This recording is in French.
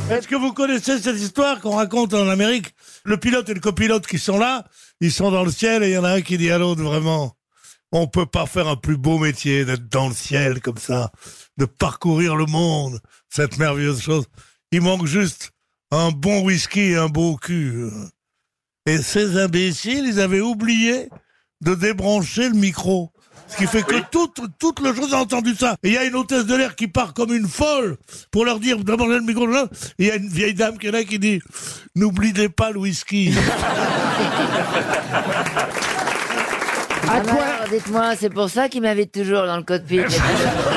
Est-ce que vous connaissez cette histoire qu'on raconte en Amérique? Le pilote et le copilote qui sont là, ils sont dans le ciel et il y en a un qui dit à l'autre, vraiment, on peut pas faire un plus beau métier d'être dans le ciel comme ça, de parcourir le monde, cette merveilleuse chose. Il manque juste un bon whisky et un beau cul. Et ces imbéciles, ils avaient oublié de débrancher le micro. Ce qui fait que toute la chose a entendu ça. Et il y a une hôtesse de l'air qui part comme une folle pour leur dire débrancher le micro. Et il y a une vieille dame qui est là qui dit « N'oubliez pas le whisky ». Alors, dites-moi, c'est pour ça qu'il m'invite toujours dans le cockpit.